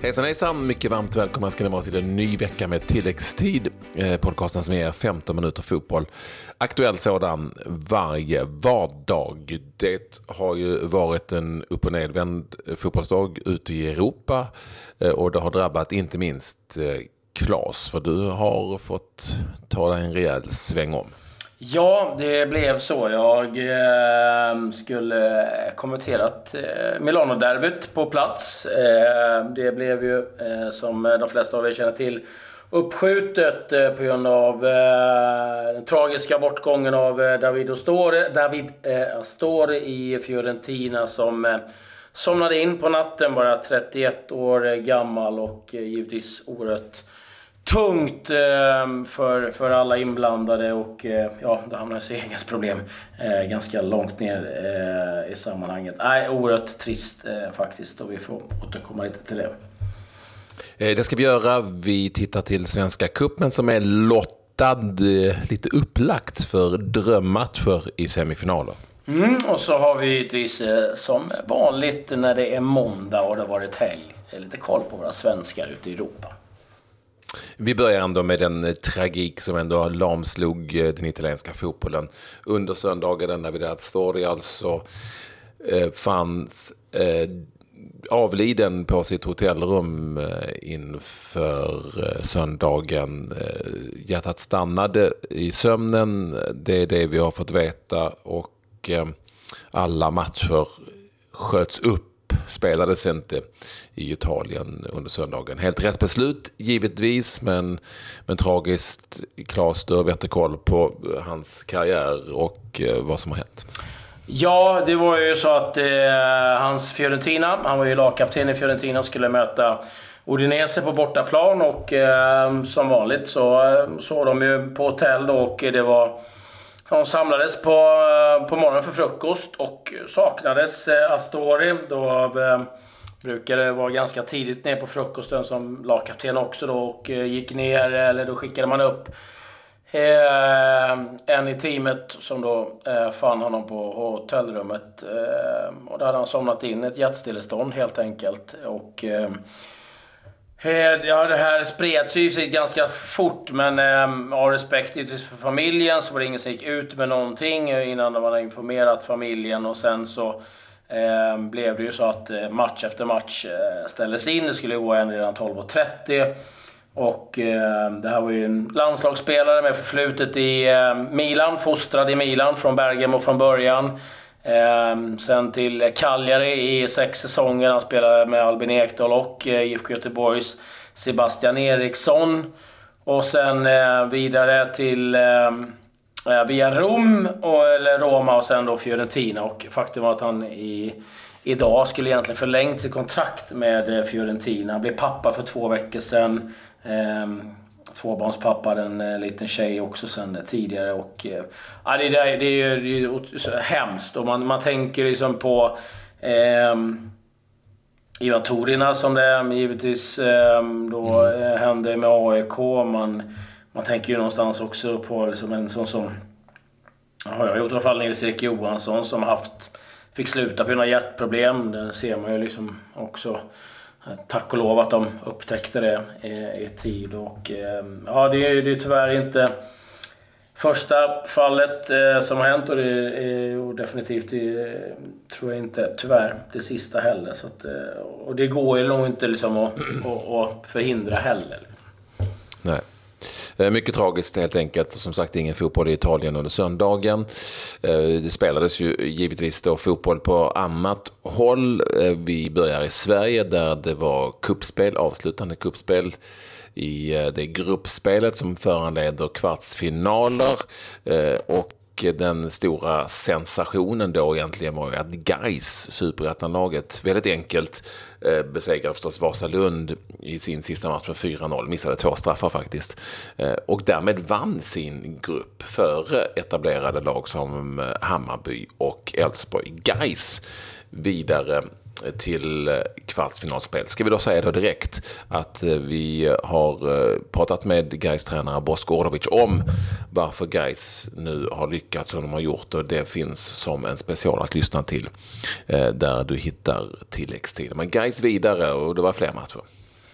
Hejsan, mycket varmt välkomna ska ni vara till en ny vecka med tilläggstid. Podcasten som är 15 minuter fotboll. Aktuell sådan varje vardag. Det har ju varit en upp- och nedvänd fotbollsdag ute i Europa. Och det har drabbat inte minst Claes, för du har fått ta dig en rejäl sväng om. Ja, det blev så. Jag skulle kommenterat Milano-derbyt på plats. Det blev ju, som de flesta av er känner till, uppskjutet på grund av den tragiska bortgången av David Astori i Fiorentina, som somnade in på natten, bara 31 år gammal, och givetvis oerhört tungt för alla inblandade, och ja, det hamnar sig egens problem ganska långt ner i sammanhanget. Oerhört trist faktiskt, och vi får återkomma lite till det. Det ska vi göra. Vi tittar till Svenska Cupen som är lottad, lite upplagt för drömmatcher i semifinaler. Och så har vi givetvis som vanligt när det är måndag och det har varit helg, lite koll på våra svenskar ute i Europa. Vi börjar ändå med den tragik som ändå lamslog den italienska fotbollen under söndagen, när David Astori alltså fanns avliden på sitt hotellrum inför söndagen. Hjärtat stannade i sömnen, det är det vi har fått veta, och alla matcher sköts upp. Spelades inte i Italien under söndagen. Helt rätt beslut givetvis, men tragiskt. Claes, du har bättre koll på hans karriär och vad som har hänt. Ja, det var ju så att hans Fiorentina, han var ju lagkapten i Fiorentina, skulle möta Udinese på bortaplan, och som vanligt så de ju på hotell då, och det var... De samlades på morgonen för frukost och saknades Astori. Då brukade det vara ganska tidigt ner på frukosten som lagkapten också då, och gick ner, eller då skickade man upp en i teamet som då fann honom på hotellrummet. Och där hade han somnat in, ett hjärtstillestånd helt enkelt. Och ja, det här spreds ju sig ganska fort, men av respekt för familjen så var det ingen som gick ut med någonting innan de hade informerat familjen. Och sen så blev det ju så att match efter match ställdes in. Det skulle gå redan 12:30. Och det här var ju en landslagsspelare med förflutet i Milan, fostrad i Milan från Bergamo från början. Sen till Cagliari i 6 säsonger. Han spelade med Albin Ekdal och IFK Göteborgs Sebastian Eriksson. Och sen vidare till via Roma och sen då Fiorentina. Och faktum var att han idag skulle egentligen förlängt sitt kontrakt med Fiorentina. Han blev pappa för 2 veckor sedan. Tvåbarnspappa, en liten tjej också sen tidigare, och ja, det är ju hemskt. Och man tänker liksom på Ivan Torina, som det givetvis då hände med AIK. Man tänker ju någonstans också på liksom en sån som jag har gjort i alla fall, Nils-Erik Johansson, som fick sluta på grund av hjärtproblem. Det ser man ju liksom också. Tack och lov att de upptäckte det i tid. Och ja, det är tyvärr inte första fallet som har hänt, och det är definitivt tror jag inte tyvärr det sista heller. Så att, och det går ju nog inte liksom att förhindra heller. Nej. Mycket tragiskt helt enkelt. Som sagt, ingen fotboll i Italien under söndagen. Det spelades ju givetvis då fotboll på annat håll. Vi börjar i Sverige där det var kuppspel, avslutande kuppspel i det gruppspelet som föranleder kvartsfinaler. Och den stora sensationen då egentligen var att Gais, superettanlaget, väldigt enkelt besegrade förstås Vasalund i sin sista match med 4-0, missade 2 straffar faktiskt, och därmed vann sin grupp före etablerade lag som Hammarby och Elfsborg. Gais vidare till kvartsfinalspel. Ska vi då säga då direkt att vi har pratat med Gais tränare Bosko Ordovic om varför Gais nu har lyckats som de har gjort, och det finns som en special att lyssna till där du hittar tilläggstid. Men Gais vidare, och det var fler matcher.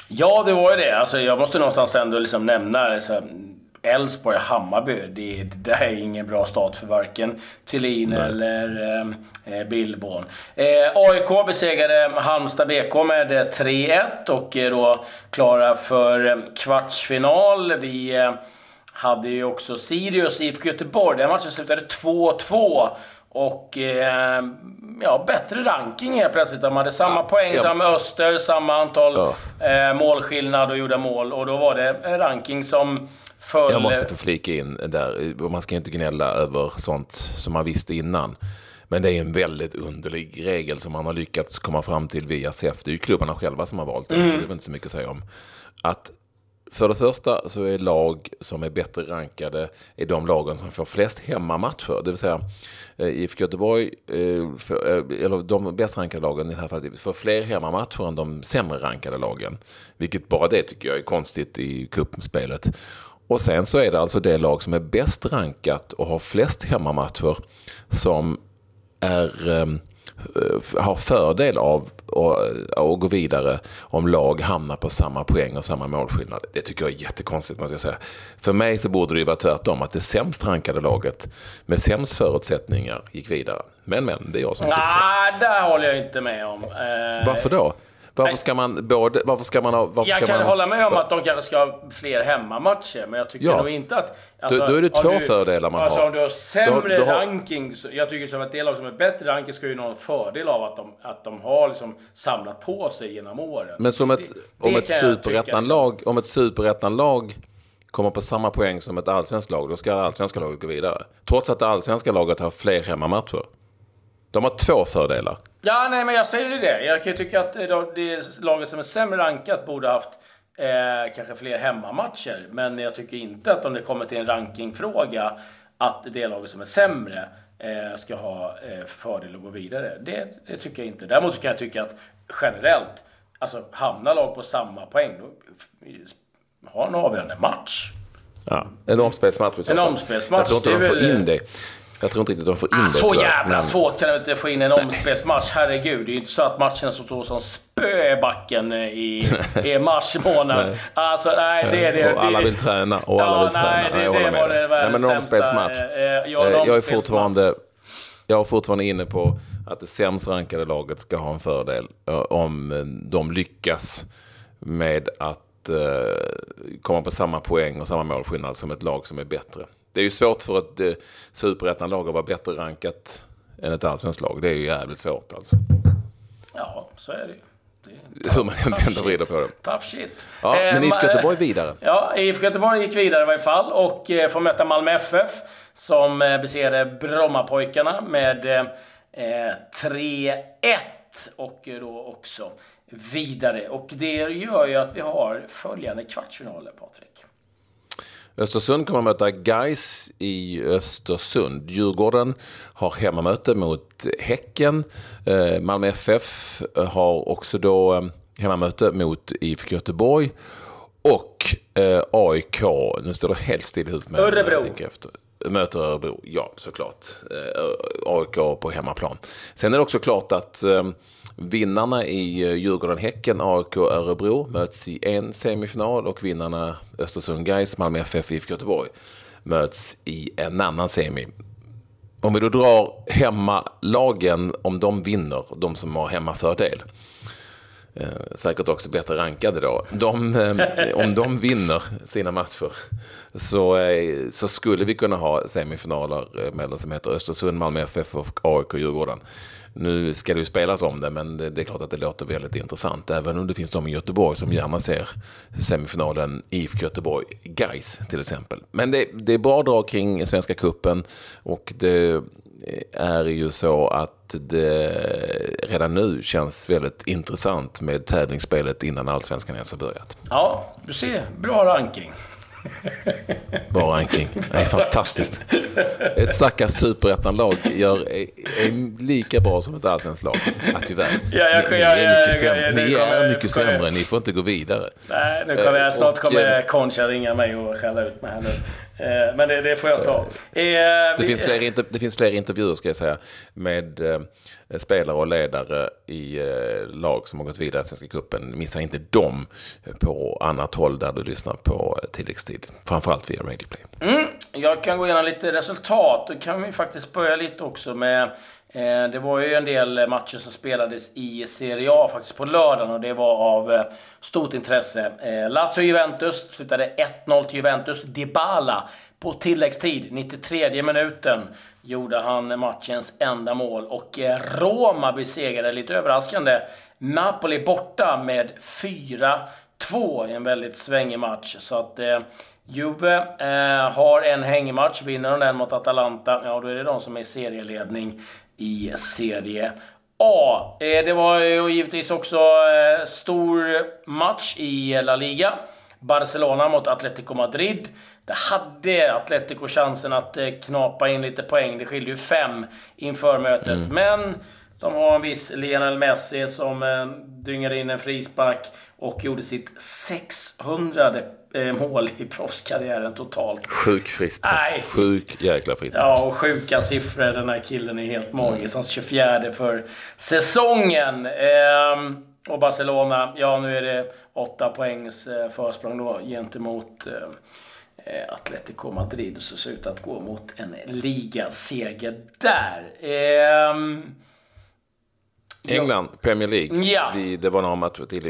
Ja, det var ju det. Alltså, jag måste någonstans ändå liksom nämna Elfsborg och Hammarby. Det här är ingen bra start för varken Thelin eller Billborn. AIK besegrade Halmstad BK med 3-1 och är då klara för kvartsfinal. Vi hade ju också Sirius IFK Göteborg. Den matchen slutade 2-2. Och bättre ranking helt plötsligt. De hade samma poäng som Öster, samma antal målskillnad och gjorda mål. Och då var det en ranking som föll... Jag måste få flika in där. Man ska inte gnälla över sånt som man visste innan. Men det är en väldigt underlig regel som man har lyckats komma fram till via SEF. Det är ju klubbarna själva som har valt det, så det är inte så mycket att säga om. Att för det första så är lag som är bättre rankade är de lagen som får flest hemmamatcher. Det vill säga IFK Göteborg, eller de bäst rankade lagen i det här fallet, får fler hemmamatcher än de sämre rankade lagen. Vilket bara det tycker jag är konstigt i cupspelet. Och sen så är det alltså det lag som är bäst rankat och har flest hemmamatcher som har fördel av att gå vidare om lag hamnar på samma poäng och samma målskillnad. Det tycker jag är jättekonstigt, måste jag säga. För mig så borde det ju vara tvärtom, att det sämst rankade laget med sämst förutsättningar gick vidare. Men det är jag som tycker så. Nej, där håller jag inte med om. Varför då? Varför ska man hålla med om att de kanske ska ha fler hemmamatcher, men jag tycker nog inte att... Alltså, då är det två fördelar man har. Om du har sämre ranking, så jag tycker som att det lag som är bättre ranking ska ju ha en fördel av att de har liksom samlat på sig genom åren. Men som om ett superettanlag kommer på samma poäng som ett allsvenskt lag, då ska allsvenska laget gå vidare. Trots att det allsvenska laget har fler hemmamatcher. De har två fördelar. Ja, nej, men jag säger ju det. Jag kan ju tycka att det laget som är sämre rankat borde haft kanske fler hemmamatcher. Men jag tycker inte att om det kommer till en rankingfråga att det laget som är sämre ska ha fördel att gå vidare. Det tycker jag inte. Däremot kan jag tycka att generellt, alltså hamnar lag på samma poäng, då har en avgörande match. Ja, en omspelsmatch. En omspelsmatch. Jag tror inte de får in det. Jag tror inte riktigt att de får in det. Så jävla svårt kan du inte få in en omspelsmatch. Herregud, det är ju inte så att matchen som står som spö i backen i mars månad. Alltså, nej, det. Och alla vill träna. Och alla vill träna. Det var det världens men en omspelsmatch. Jag är fortfarande inne på att det sämst rankade laget ska ha en fördel om de lyckas med att komma på samma poäng och samma målskillnad som ett lag som är bättre. Det är ju svårt för ett superettanlag att vara bättre rankat än ett allsvenskt lag. Det är ju jävligt svårt alltså. Ja, så är det ju. Hur man vänder och vrider på det. Tough shit. Ja, men IFK Göteborg vidare. Ja, IFK Göteborg gick vidare i varje fall och får möta Malmö FF som besegrade Brommapojkarna med 3-1 och då också vidare. Och det gör ju att vi har följande kvartsfinaler, Patrik. Östersund kommer möta Gais i Östersund. Djurgården har hemmamöte mot Häcken. Malmö FF har också då hemmamöte mot IFK Göteborg. Och AIK, nu står det helt still i huvudet med Örebro. Möter Örebro, ja såklart. AIK på hemmaplan. Sen är det också klart att vinnarna i Djurgården-Häcken, AIK och Örebro möts i en semifinal och vinnarna Östersund Gais, Malmö FF, IFK Göteborg möts i en annan semi. Om vi då drar hemmalagen, om de vinner, de som har hemmafördel, säkert också bättre rankade då. Om de vinner sina matcher så skulle vi kunna ha semifinaler mellan som heter Östersund, Malmö FF och AIK och Djurgården. Nu ska det ju spelas om det, men det är klart att det låter väldigt intressant. Även om det finns de i Göteborg som gärna ser semifinalen IFK Göteborg Gais till exempel. Men det är bra drag kring Svenska cupen och det är ju så att det redan nu känns väldigt intressant med tävlingsspelet innan Allsvenskan ens har börjat. Ja, du ser. Bra ranking. Bra ranking. Det är fantastiskt. Ett stackars superettanlag är lika bra som ett allsvenskt lag. Tyvärr. Ni är mycket sämre. Ni får inte gå vidare. Nej, snart kommer Concha ringa mig och skälla ut mig här nu. Men det får jag ta. Det finns fler intervjuer, ska jag säga, med spelare och ledare i lag som har gått vidare i Svenska cupen. Missa inte dem på annat håll där du lyssnar på tilläggstid. Framförallt via Radio Play. Jag kan gå igenom lite resultat. Då kan vi faktiskt börja lite också med... Det var ju en del matcher som spelades i Serie A faktiskt på lördagen, och det var av stort intresse. Lazio-Juventus slutade 1-0 till Juventus. Dybala på tilläggstid, 93 minuten, gjorde han matchens enda mål. Och Roma besegrade lite överraskande Napoli borta med 4-2 i en väldigt svängig match. Så att Juve har en hängmatch, vinner de den mot Atalanta, ja då är det de som är serieledning i Serie A. Det var ju givetvis också stor match i La Liga. Barcelona mot Atletico Madrid. Det hade Atletico chansen att knapa in lite poäng. Det skiljer ju 5 inför mötet. Men de har en viss Lionel Messi som dyngade in en frispark och gjorde sitt 600 mål i proffskarriären totalt. Sjuk frispark. Sjuk jäkla frispark. Ja, och sjuka siffror. Den här killen är helt magisk. Hans 24 för säsongen. Och Barcelona, ja nu är det 8 poängs försprång då gentemot Atletico Madrid. Och så ser ut att gå mot en ligaseger där. England, Premier League. Ja. Det var några matcher till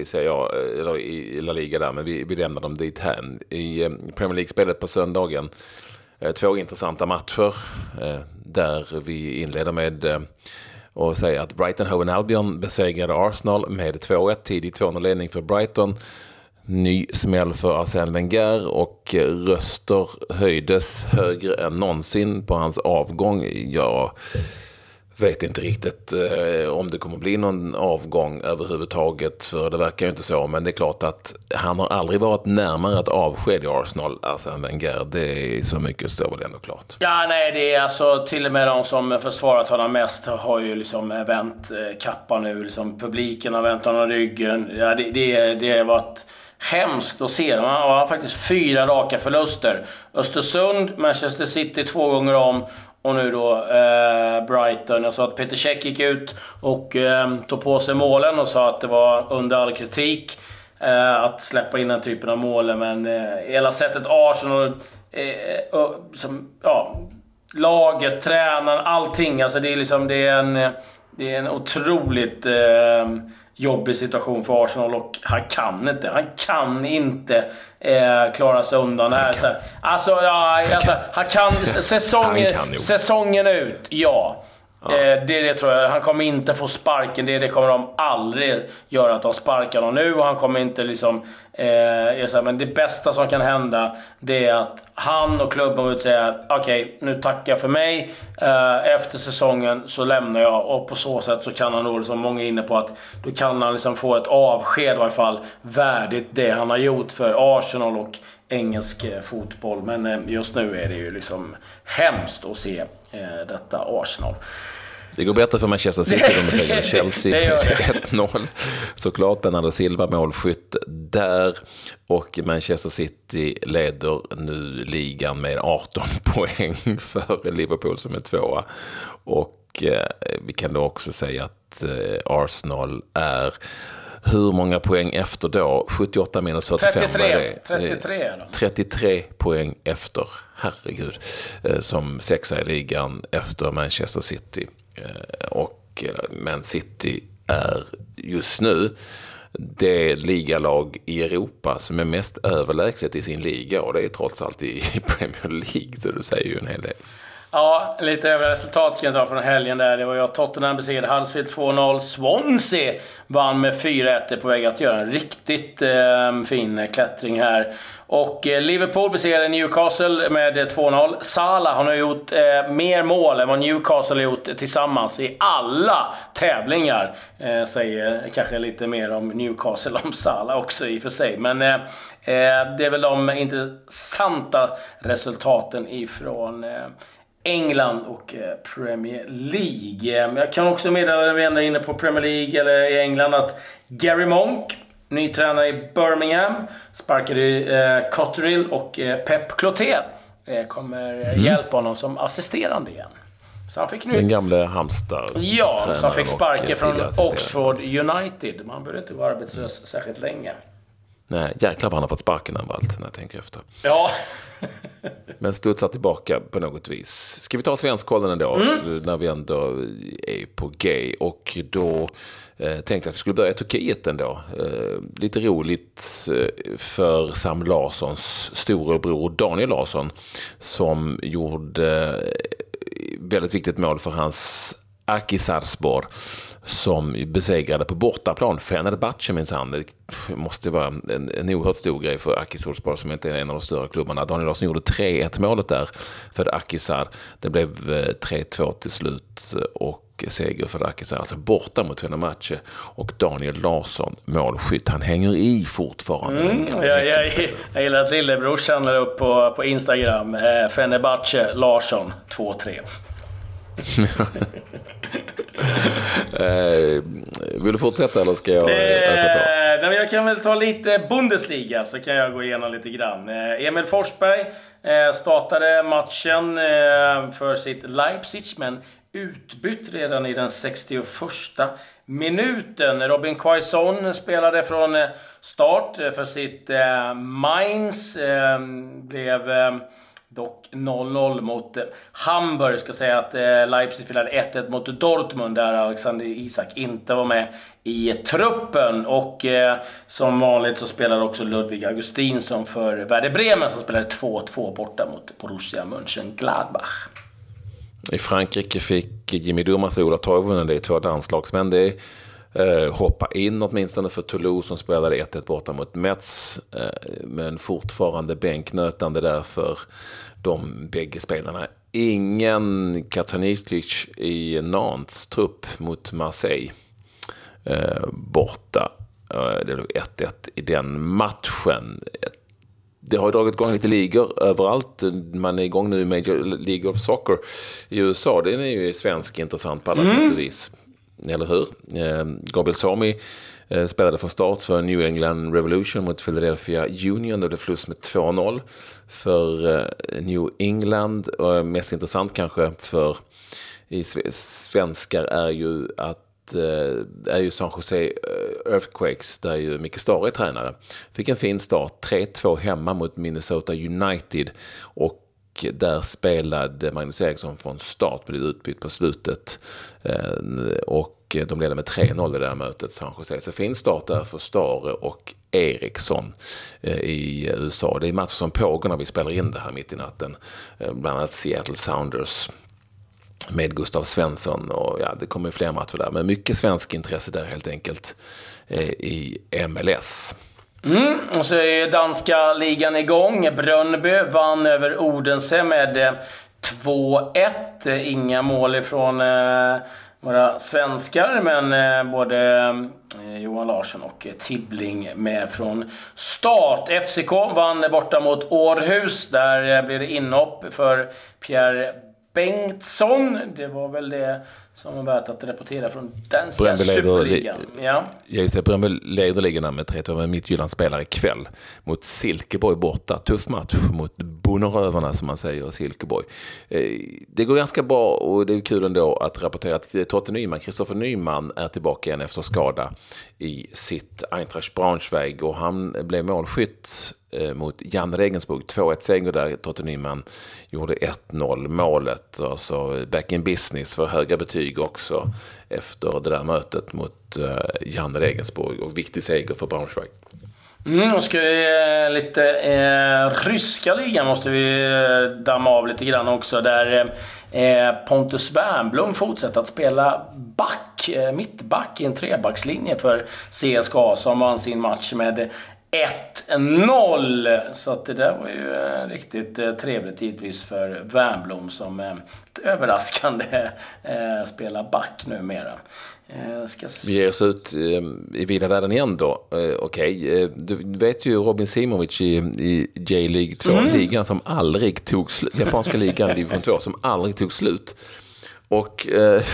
i La Liga där, men vi lämnar dem dit här. I Premier League-spelet på söndagen 2 intressanta matcher där vi inleder med och säga att Brighton Hove Albion besegrade Arsenal med 2-1, tidig 2-0-ledning för Brighton. Ny smäll för Arsène Wenger och röster höjdes högre än någonsin på hans avgång. Jag vet inte riktigt om det kommer bli någon avgång överhuvudtaget, för det verkar ju inte så, men det är klart att han har aldrig varit närmare att avskedja Arsenal, Arsène Wenger. Det är så mycket, står väl ändå klart. Ja, nej, det är alltså till och med de som försvarat honom mest har ju liksom vänt kappan nu, liksom publiken har vänt honom ryggen. Ja, det har varit hemskt att se. Man har faktiskt 4 raka förluster. Östersund, Manchester City 2 gånger om. Och nu då Brighton. Jag sa att Peter Cech gick ut och tog på sig målen och sa att det var under all kritik att släppa in den typen av mål. Men hela sättet Arsenal som, laget, tränaren, allting. Alltså det är liksom det är en otroligt jobbig situation för Arsenal, och han kan inte klara sig undan här. Han kan säsongen ut. Ja. Det tror jag. Han kommer inte få sparken. Det kommer de aldrig göra, att de sparkar honom nu, och han kommer inte liksom men det bästa som kan hända, det är att han och klubben går ut och säger okej, nu tackar jag för mig, efter säsongen så lämnar jag, och på så sätt så kan han då, liksom, många är inne på att då kan han liksom få ett avsked i alla fall värdigt det han har gjort för Arsenal och engelsk fotboll. Men just nu är det ju liksom hemskt att se detta Arsenal. Det går bättre för Manchester City. De besegrade Chelsea 1-0. Såklart Bernardo Silva målskytt där. Och Manchester City leder nu ligan med 18 poäng för Liverpool som är 2. Och vi kan då också säga att Arsenal är hur många poäng efter då? 78 minus 45. 33 poäng efter. Herregud. Som 6:a i ligan efter Manchester City. Och Man City är just nu det ligalag i Europa som är mest överlägset i sin liga, och det är trots allt i Premier League, så du säger ju en hel del. Ja, lite övriga resultat kan jag ta från helgen där. Det var ju att Tottenham besegrade Huddersfield 2-0. Swansea vann med 4-1, på väg att göra en riktigt fin klättring här. Och Liverpool besegrade Newcastle med 2-0. Salah har nu gjort mer mål än vad Newcastle har gjort tillsammans i alla tävlingar. Säger kanske lite mer om Newcastle om Salah också i och för sig. Men det är väl de intressanta resultaten ifrån England och Premier League. Jag kan också meddela när vi ändå är inne på Premier League eller i England att Gary Monk, ny tränare i Birmingham, sparkade Cotterill och Pep Clotet kommer hjälpa honom som assisterande igen. Så han fick nu... Den gamla Halmstad. Ja, som fick sparken från Oxford United. Man behöver inte vara arbetslös särskilt länge. Nej, jäklar vad han har fått sparken när jag tänker efter. Ja. Men studsar tillbaka på något vis. Ska vi ta svenskkollen ändå? När vi ändå är på G. Och då tänkte jag att vi skulle börja i Turkiet ändå. Lite roligt för Sam Larssons storebror Daniel Larsson, som gjorde väldigt viktigt mål för hans Akhisarspor, som besegrade på bortaplan Fenerbahçe minsann. Det måste vara en oerhört stor grej för Akhisarspor, som inte är en av de större klubbarna. Daniel Larsson gjorde 3-1 målet där för Akhisar. Det blev 3-2 till slut och seger för Akhisar, alltså borta mot Fenerbahçe. Och Daniel Larsson, målskytt, han hänger i fortfarande. Jag gillar att lillebrorsan la upp på Instagram Fenerbahçe Larsson 2-3. Vill du fortsätta eller ska jag läsa på? Nej, jag kan väl ta lite Bundesliga, så kan jag gå igenom lite grann. Emil Forsberg startade matchen för sitt Leipzig, men utbytt redan i den 61 minuten. Robin Quaison spelade från start för sitt Mainz. Blev dock 0-0 mot Hamburg. Ska säga att Leipzig spelade 1-1 mot Dortmund, där Alexander Isak inte var med i truppen. Och som vanligt så spelade också Ludvig Augustinsson för Werder Bremen, som spelade 2-2 borta mot Borussia Mönchengladbach. I Frankrike fick Jimmy Durmaz och Ola Toivonen, det är 2 landslagsmän. Det hoppa in åtminstone för Toulouse, som spelade 1-1 borta mot Metz, men fortfarande bänknötande där för de bägge spelarna. Ingen Kacaniklic i Nantes trupp mot Marseille borta. Det blev 1-1 i den matchen. Det har dragit igång lite ligor överallt. Man är igång nu i Major League of Soccer i USA. Den är ju svensk intressant på alla sätt och vis. Eller hur? Gabriel Sami spelade från start för New England Revolution mot Philadelphia Union, och det förlust med 2-0 för New England. Och mest intressant kanske för svenskar är ju San Jose Earthquakes, där ju Micke Stare är tränare. Fick en fin start, 3-2 hemma mot Minnesota United, och där spelade Magnus Eriksson från start, blev utbytt på slutet, och de ledde med 3-0 i det här mötet, San Jose. Så fin start där för Stare och Eriksson i USA. Det är matcher som pågår när vi spelar in det här mitt i natten, bland annat Seattle Sounders med Gustav Svensson, och det kommer fler matcher där, men mycket svensk intresse där helt enkelt i MLS. Och så är danska ligan igång. Brøndby vann över Odense med 2-1. Inga mål ifrån våra svenskar, men både Johan Larsson och Tibbling med från start. FCK vann borta mot Århus. Där blir det inhopp för Pierre Bengtsson. Det var väl det som var värt att rapportera från danska Superligan. Ja. Jag säger Brøndby leder ligan med 3-2, men Midtjylland spelar ikväll mot Silkeborg borta. Tuff match mot Bonnerövarna, som man säger, Silkeborg. Det går ganska bra, och det är kul ändå att rapportera att Christopher Nyman är tillbaka igen efter skada i sitt Eintracht Braunschweig, och han blev målskytt mot Jan Regensburg. 2-1-seger där. Totte Nyman gjorde 1-0 målet. Alltså back in business för höga betyg också efter det där mötet mot Jan Regensburg, och viktig seger för Braunschweig. Och ska vi lite ryska ligan måste vi damma av lite grann också, där Pontus Wernbloom fortsätter att spela mittback i en trebackslinje för CSKA, som vann sin match med 1-0. Så att det där var ju riktigt trevligt givetvis för Wernbloom, som överraskande spelar back numera. Vi ger oss ut i vida världen igen då. Okej. Du vet ju Robin Simovic i J-League 2-ligan som aldrig tog slut. Japanska ligan division 2 som aldrig tog slut. Och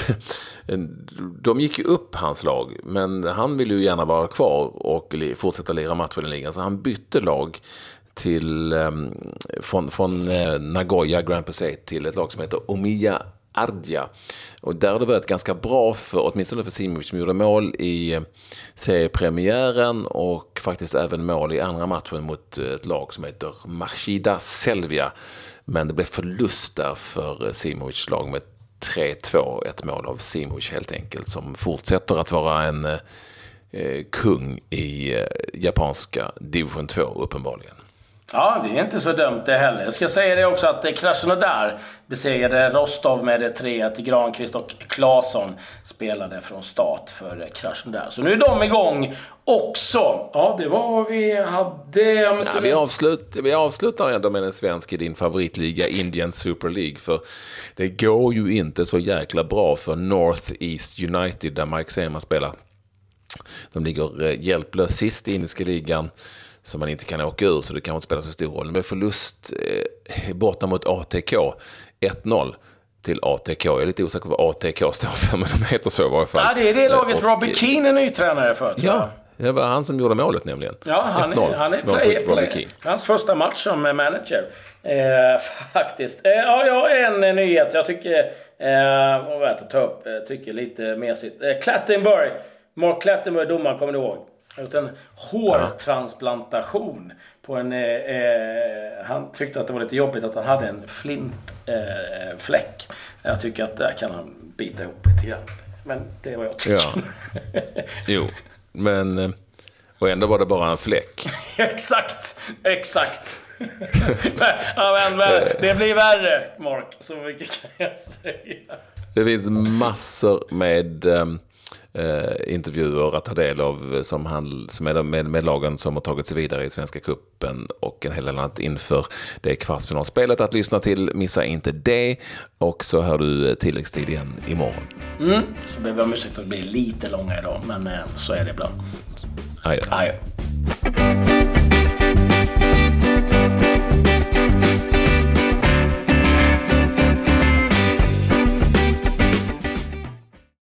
de gick ju upp, hans lag, men han ville ju gärna vara kvar och fortsätta lira matcher i den ligan, så han bytte lag från Nagoya Grand Prix till ett lag som heter Omiya Ardja. Och där har det börjat ganska bra åtminstone för Simovic, som gjorde mål i seriepremiären och faktiskt även mål i andra matchen mot ett lag som heter Machida Selvia. Men det blev förlust där för Simovics lag med 3-2, ett mål av Simovic helt enkelt, som fortsätter att vara en kung i japanska division 2 uppenbarligen. Ja, det är inte så dumt det heller. Jag ska säga det också att Krasnodar besegrade Rostov med 3-1. Granqvist och Claesson spelade från start för Krasnodar. Så nu är de igång också. Ja, det var vad vi hade. Vi avslutar ändå med en svensk i din favoritliga, Indian Super League. För det går ju inte så jäkla bra för North East United där Mike Sema spelar. De ligger hjälplöst sist i indiska ligan, som man inte kan åka ur, så det kan inte spela så stor roll. Med förlust borta mot ATK 1-0 till ATK. Jag är lite osäker på vad ATK står för, men de heter så i varje fall. Ja, det är det laget Robbie Keane är ny tränare för. Ja, det var han som gjorde målet nämligen. Ja, han är player. Hans första match som manager. Faktiskt. Ja, en nyhet jag tycker vad vet att ta upp. Tycker lite mesigt. Clattenburg. Mark Clattenburg, domaren, kommer du ihåg? Han har gjort en hårtransplantation på en... han tyckte att det var lite jobbigt att han hade en flintfläck. Jag tycker att där kan han bita ihop lite grann. Men det var jag tycker. Ja. Jo, men... Och ändå var det bara en fläck. Exakt. men det blir värre, Mark. Så mycket kan jag säga. Det finns massor med... intervjuer att ta del av som är med lagen som har tagit sig vidare i Svenska cupen och en hel del annat inför det kvartsfinalspelet att lyssna till. Missa inte det, och så hör du tilläggstid igen imorgon. Så behöver jag musik att bli lite långa idag, men så är det ibland. Adjö.